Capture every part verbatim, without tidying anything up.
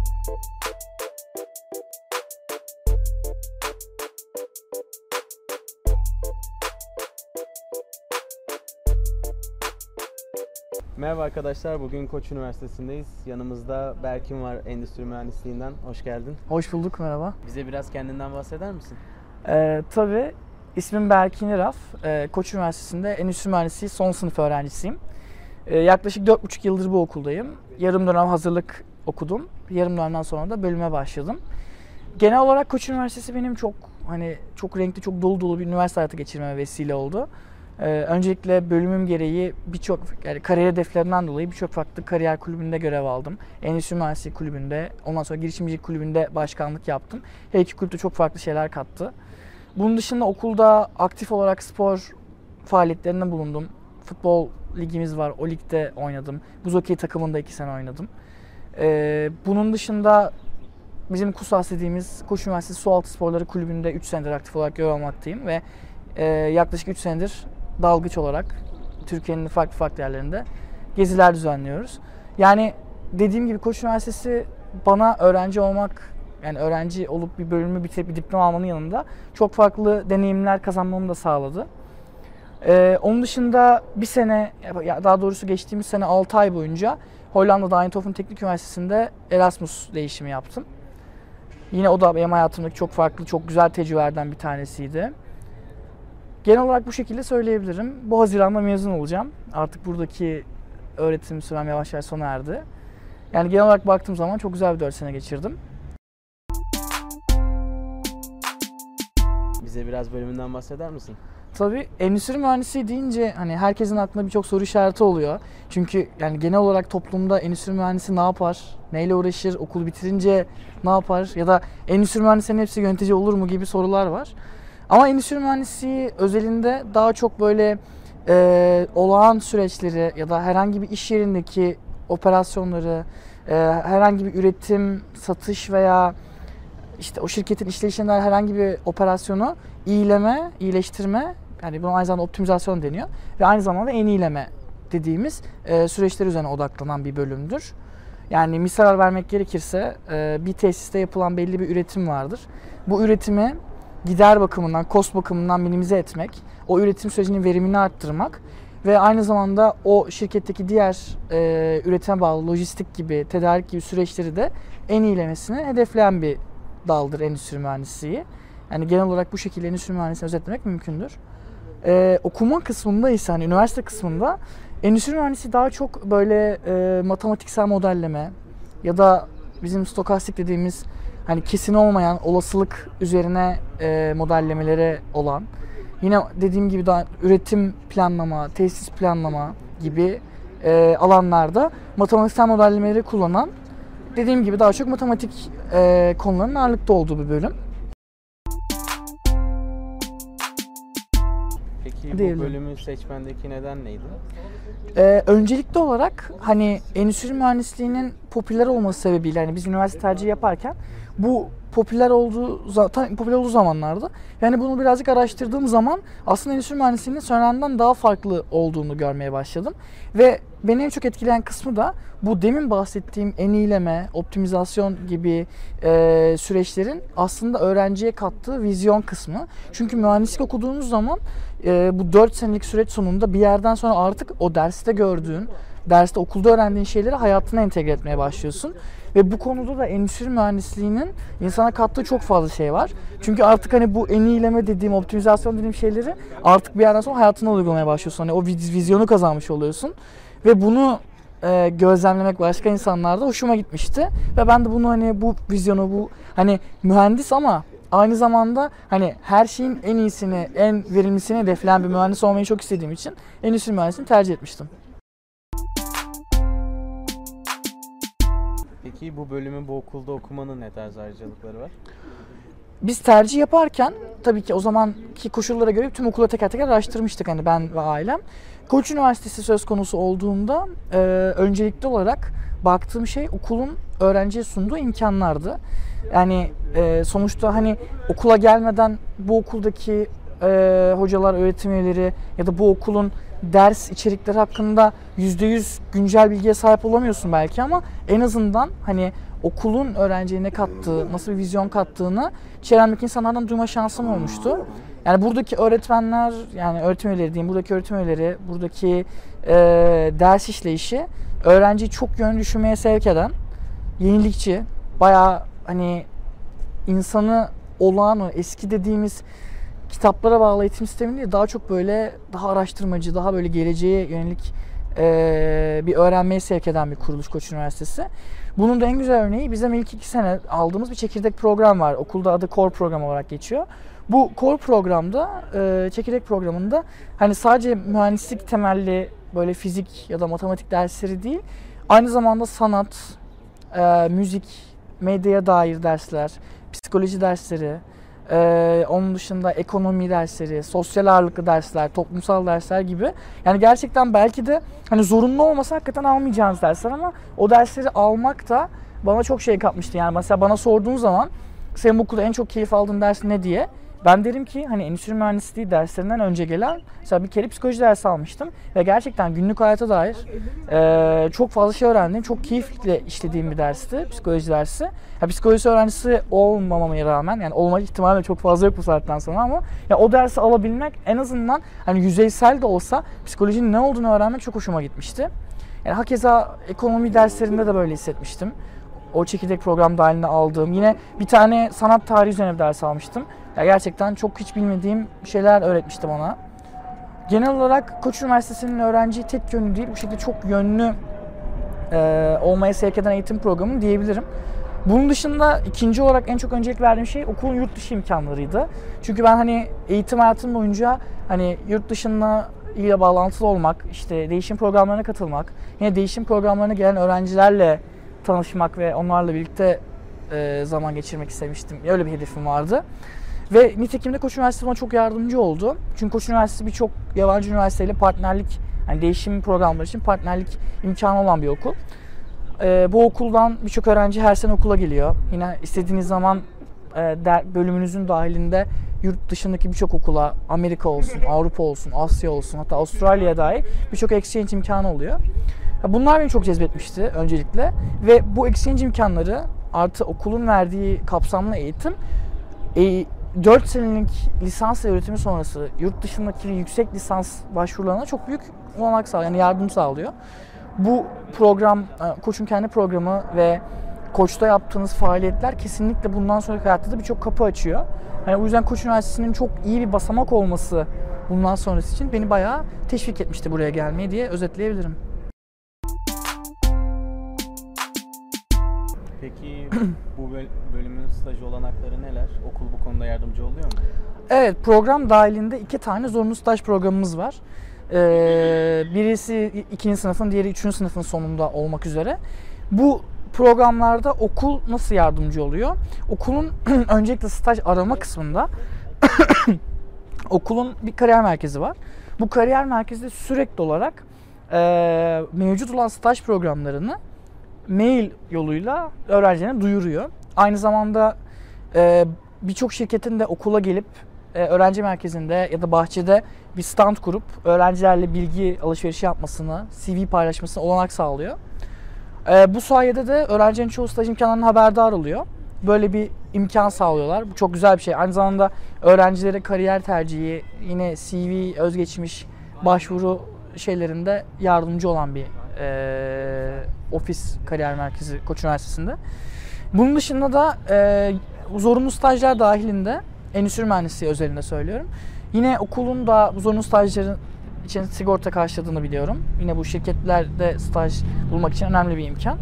Merhaba arkadaşlar, bugün Koç Üniversitesi'ndeyiz. Yanımızda Berkin var, Endüstri Mühendisliğinden. Hoş geldin. Hoş bulduk, merhaba. Bize biraz kendinden bahseder misin? Ee, tabii, ismim Berkin İraf. Ee, Koç Üniversitesi'nde Endüstri Mühendisliği son sınıf öğrencisiyim. Ee, yaklaşık dört buçuk yıldır bu okuldayım. Yarım dönem hazırlık okudum. Yarım dönemden sonra da bölüme başladım. Genel olarak Koç Üniversitesi benim çok hani çok renkli, çok dolu dolu bir üniversite hayatı geçirmeme vesile oldu. Ee, öncelikle bölümüm gereği birçok yani kariyer hedeflerinden dolayı birçok farklı kariyer kulübünde görev aldım. Endüstri Mühendisliği kulübünde, ondan sonra girişimcilik kulübünde başkanlık yaptım. Her iki kulüpte çok farklı şeyler kattı. Bunun dışında okulda aktif olarak spor faaliyetlerinde bulundum. Futbol ligimiz var, o ligde oynadım. Buz hokeyi takımında iki sene oynadım. Ee, bunun dışında bizim KUSAS dediğimiz Koç Üniversitesi Sualtı Sporları Kulübü'nde üç senedir aktif olarak görev almaktayım ve e, yaklaşık üç senedir dalgıç olarak Türkiye'nin farklı farklı yerlerinde geziler düzenliyoruz. Yani dediğim gibi Koç Üniversitesi bana öğrenci olmak, yani öğrenci olup bir bölümü bitirip bir diploma almanın yanında çok farklı deneyimler kazanmamı da sağladı. Ee, onun dışında bir sene, daha doğrusu geçtiğimiz sene altı ay boyunca Hollanda'da Eindhoven Teknik Üniversitesi'nde Erasmus değişimi yaptım. Yine o da benim hayatımdaki çok farklı, çok güzel tecrübelerden bir tanesiydi. Genel olarak bu şekilde söyleyebilirim. Bu Haziran'da mezun olacağım. Artık buradaki öğretim sürem yavaş yavaş sona erdi. Yani genel olarak baktığım zaman çok güzel bir dört sene geçirdim. Bize biraz bölümünden bahseder misin? Tabii endüstri mühendisliği deyince hani herkesin aklında birçok soru işareti oluyor. Çünkü yani genel olarak toplumda endüstri mühendisi ne yapar, neyle uğraşır, okul bitirince ne yapar ya da endüstri mühendislerinin hepsi yönetici olur mu gibi sorular var. Ama endüstri mühendisliği özelinde daha çok böyle e, olağan süreçleri ya da herhangi bir iş yerindeki operasyonları, e, herhangi bir üretim, satış veya işte o şirketin işleyişinden herhangi bir operasyonu iyileme, iyileştirme, yani buna aynı zamanda optimizasyon deniyor ve aynı zamanda en iyileme dediğimiz e, süreçler üzerine odaklanan bir bölümdür. Yani misal vermek gerekirse e, bir tesiste yapılan belli bir üretim vardır. Bu üretimi gider bakımından, cost bakımından minimize etmek, o üretim sürecinin verimini arttırmak ve aynı zamanda o şirketteki diğer e, üretime bağlı lojistik gibi, tedarik gibi süreçleri de en iyilemesini hedefleyen bir daldır endüstri mühendisliği. Yani genel olarak bu şekilde endüstri mühendisliğini özetlemek mümkündür. Ee, okuma kısmında ise hani üniversite kısmında endüstri mühendisliği daha çok böyle e, matematiksel modelleme ya da bizim stokastik dediğimiz hani kesin olmayan olasılık üzerine e, modellemelere olan, yine dediğim gibi daha üretim planlama, tesis planlama gibi e, alanlarda matematiksel modellemeleri kullanan, dediğim gibi daha çok matematik e, konularının ağırlıkta olduğu bir bölüm. Peki Diyelim. Bu bölümü seçmendeki neden neydi? Ee, öncelikli olarak hani endüstri mühendisliğinin popüler olması sebebiyle hani biz üniversite tercihi yaparken bu popüler olduğu zaten popüler olduğu zamanlarda yani bunu birazcık araştırdığım zaman aslında endüstri mühendisliğinin söylenenden daha farklı olduğunu görmeye başladım ve beni en çok etkileyen kısmı da bu demin bahsettiğim en iyileme, optimizasyon gibi e, süreçlerin aslında öğrenciye kattığı vizyon kısmı. Çünkü mühendislik okuduğunuz zaman e, bu dört senelik süreç sonunda bir yerden sonra artık o derste gördüğün, derste okulda öğrendiğin şeyleri hayatına entegre etmeye başlıyorsun. Ve bu konuda da endüstri mühendisliğinin insana kattığı çok fazla şey var. Çünkü artık hani bu en iyileme dediğim, optimizasyon dediğim şeyleri artık bir yerden sonra hayatına uygulamaya başlıyorsun. Hani o vizyonu kazanmış oluyorsun. Ve bunu e, gözlemlemek başka insanlarda hoşuma gitmişti. Ve ben de bunu hani bu vizyonu, bu hani mühendis ama aynı zamanda hani her şeyin en iyisini, en verimlisini hedefleyen bir mühendis olmayı çok istediğim için endüstri mühendisliğini tercih etmiştim. Peki bu bölümü bu okulda okumanın ne tarz ayrıcalıkları var? Biz tercih yaparken tabii ki o zamanki koşullara göre tüm okula teker teker araştırmıştık hani ben ve ailem. Koç Üniversitesi söz konusu olduğunda e, öncelikli olarak baktığım şey okulun öğrenciye sunduğu imkanlardı. Yani e, sonuçta hani okula gelmeden bu okuldaki e, hocalar, öğretim üyeleri ya da bu okulun ders içerikleri hakkında yüzde yüz güncel bilgiye sahip olamıyorsun belki ama en azından hani okulun öğrenciye ne kattığı, nasıl bir vizyon kattığını çevremdeki insanlardan duyma şansım olmuştu. Yani buradaki öğretmenler, yani öğretim üyeleri diyeyim, buradaki öğretim üyeleri, buradaki e, ders işleyişi öğrenciyi çok yönlü düşünmeye sevk eden, yenilikçi, bayağı hani insanı olağan o eski dediğimiz kitaplara bağlı eğitim sistemi değil, daha çok böyle daha araştırmacı, daha böyle geleceğe yönelik e, bir öğrenmeye sevk eden bir kuruluş Koç Üniversitesi. Bunun da en güzel örneği bizim ilk iki sene aldığımız bir çekirdek program var. Okulda adı Core program olarak geçiyor. Bu Core programda, e, çekirdek programında hani sadece mühendislik temelli böyle fizik ya da matematik dersleri değil, aynı zamanda sanat, e, müzik, medyaya dair dersler, psikoloji dersleri, Ee, onun dışında ekonomi dersleri, sosyal ağırlıklı dersler, toplumsal dersler gibi. Yani gerçekten belki de hani zorunlu olmasa hakikaten almayacağınız dersler ama o dersleri almak da bana çok şey katmıştı. Yani mesela bana sorduğun zaman senin bu okulda en çok keyif aldığın ders ne diye, ben derim ki hani endüstri mühendisliği derslerinden önce gelen mesela bir kere psikoloji dersi almıştım ve gerçekten günlük hayata dair e, çok fazla şey öğrendiğim, çok keyifle işlediğim bir dersti psikoloji dersi. Ya, psikoloji öğrencisi olmamama rağmen, yani olma ihtimali çok fazla yok bu saatten sonra, ama ya o dersi alabilmek en azından hani yüzeysel de olsa psikolojinin ne olduğunu öğrenmek çok hoşuma gitmişti. Yani hakeza ekonomi derslerinde de böyle hissetmiştim. O çekirdek program dahilinde aldığım, yine bir tane sanat tarihi üzerine bir ders almıştım. Ya gerçekten çok hiç bilmediğim şeyler öğretmişti bana. Genel olarak Koç Üniversitesi'nin öğrenciyi tek yönlü değil, bu şekilde çok yönlü e, olmaya sevk eden eğitim programı diyebilirim. Bunun dışında ikinci olarak en çok öncelik verdiğim şey okulun yurt dışı imkanlarıydı. Çünkü ben hani eğitim hayatım boyunca hani yurt dışında ile bağlantılı olmak, işte değişim programlarına katılmak, yine değişim programlarına gelen öğrencilerle tanışmak ve onlarla birlikte e, zaman geçirmek istemiştim. Öyle bir hedefim vardı. Ve nitekim de Koç Üniversitesi bana çok yardımcı oldu. Çünkü Koç Üniversitesi birçok yabancı üniversiteyle partnerlik, yani değişim programları için partnerlik imkanı olan bir okul. Ee, bu okuldan birçok öğrenci her sene okula geliyor. Yine istediğiniz zaman e, der, bölümünüzün dahilinde yurt dışındaki birçok okula, Amerika olsun, Avrupa olsun, Asya olsun, hatta Avustralya'ya dair birçok exchange imkanı oluyor. Bunlar beni çok cezbetmişti öncelikle. Ve bu exchange imkanları artı okulun verdiği kapsamlı eğitim, e, dört senelik lisans öğretimi sonrası yurt dışındaki yüksek lisans başvurularına çok büyük olanak sağlıyor, yani yardım sağlıyor. Bu program, Koç'un kendi programı ve Koç'ta yaptığınız faaliyetler kesinlikle bundan sonraki hayatta da birçok kapı açıyor. Hani o yüzden Koç Üniversitesi'nin çok iyi bir basamak olması bundan sonrası için beni bayağı teşvik etmişti buraya gelmeyi diye özetleyebilirim. Peki bu bölümün staj olanakları neler? Okul bu konuda yardımcı oluyor mu? Evet, program dahilinde iki tane zorunlu staj programımız var. Ee, birisi ikinci sınıfın, diğeri üçüncü sınıfın sonunda olmak üzere. Bu programlarda okul nasıl yardımcı oluyor? Okulun öncelikle staj arama kısmında okulun bir kariyer merkezi var. Bu kariyer merkezi sürekli olarak e, mevcut olan staj programlarını mail yoluyla öğrencilerine duyuruyor. Aynı zamanda e, birçok şirketin de okula gelip e, öğrenci merkezinde ya da bahçede bir stand kurup öğrencilerle bilgi alışverişi yapmasını, C V paylaşmasını olanak sağlıyor. E, bu sayede de öğrencilerin çoğu staj imkanlarından haberdar oluyor. Böyle bir imkan sağlıyorlar. Bu çok güzel bir şey. Aynı zamanda öğrencilere kariyer tercihi, yine C V, özgeçmiş, başvuru şeylerinde yardımcı olan bir e, ofis kariyer merkezi Koç Üniversitesi'nde. Bunun dışında da e, zorunlu stajlar dahilinde, endüstri mühendisliği özelinde söylüyorum, yine okulun da bu zorunlu stajların için sigorta karşıladığını biliyorum. Yine bu şirketlerde staj bulmak için önemli bir imkan.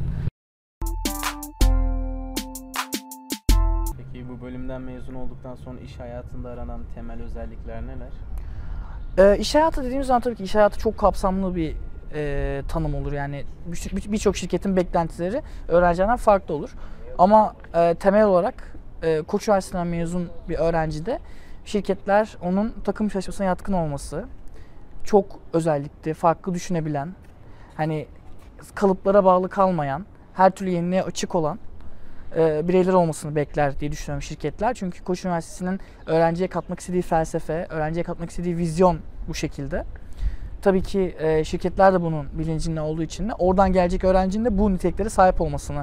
Peki bu bölümden mezun olduktan sonra iş hayatında aranan temel özellikler neler? E, iş hayatı dediğimiz zaman tabii ki iş hayatı çok kapsamlı bir e, tanım olur. Yani birçok şirketin beklentileri öğrencilerden farklı olur. Ama e, temel olarak e, Koç Üniversitesi'nden mezun bir öğrencide şirketler onun takım çalışmasına yatkın olması, çok özellikli, farklı düşünebilen, hani kalıplara bağlı kalmayan, her türlü yeniliğe açık olan e, bireyler olmasını bekler diye düşünüyorum şirketler. Çünkü Koç Üniversitesi'nin öğrenciye katmak istediği felsefe, öğrenciye katmak istediği vizyon bu şekilde. Tabii ki e, şirketler de bunun bilincinde olduğu için de oradan gelecek öğrencinin de bu niteliklere sahip olmasını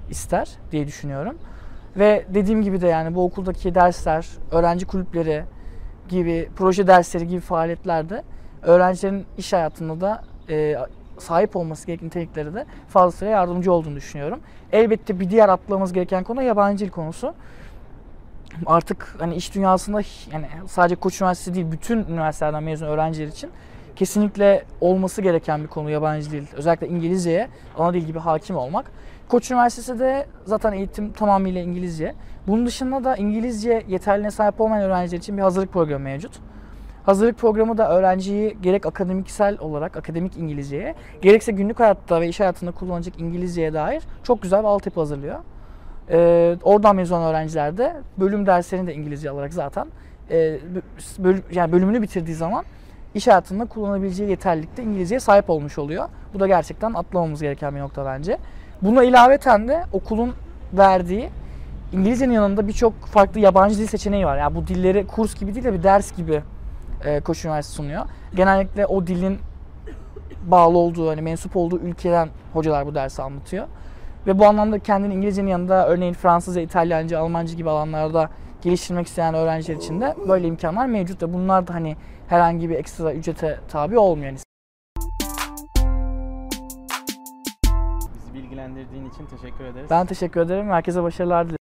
ister diye düşünüyorum. Ve dediğim gibi de yani bu okuldaki dersler, öğrenci kulüpleri gibi, proje dersleri gibi faaliyetlerde öğrencilerin iş hayatında da e, sahip olması gereken niteliklere de fazlasıyla yardımcı olduğunu düşünüyorum. Elbette bir diğer atlamamız gereken konu yabancı dil konusu. Artık hani iş dünyasında yani sadece Koç Üniversitesi değil, bütün üniversitelerden mezun öğrenciler için kesinlikle olması gereken bir konu yabancı dil. Özellikle İngilizceye ana dil gibi hakim olmak. Koç Üniversitesi'de de zaten eğitim tamamıyla İngilizce. Bunun dışında da İngilizce yeterliğine sahip olmayan öğrenciler için bir hazırlık programı mevcut. Hazırlık programı da öğrenciyi gerek akademiksel olarak, akademik İngilizceye, gerekse günlük hayatta ve iş hayatında kullanılacak İngilizceye dair çok güzel bir altyapı hazırlıyor. Ee, oradan mezun olan öğrenciler de bölüm derslerini de İngilizce alarak zaten e, bölüm, yani bölümünü bitirdiği zaman iş hayatında kullanabileceği yeterlilikte İngilizceye sahip olmuş oluyor. Bu da gerçekten atlamamız gereken bir nokta bence. Buna ilaveten de okulun verdiği İngilizcenin yanında birçok farklı yabancı dil seçeneği var. Yani bu dilleri kurs gibi değil de bir ders gibi e, Koç Üniversitesi sunuyor. Genellikle o dilin bağlı olduğu, hani mensup olduğu ülkeden hocalar bu dersi anlatıyor. Ve bu anlamda kendini İngilizcenin yanında örneğin Fransızca, İtalyanca, Almanca gibi alanlarda geliştirmek isteyen öğrenciler için de böyle imkanlar mevcut ve bunlar da hani herhangi bir ekstra ücrete tabi olmuyor. Bizi bilgilendirdiğin için teşekkür ederiz. Ben teşekkür ederim. Herkese başarılar dilerim.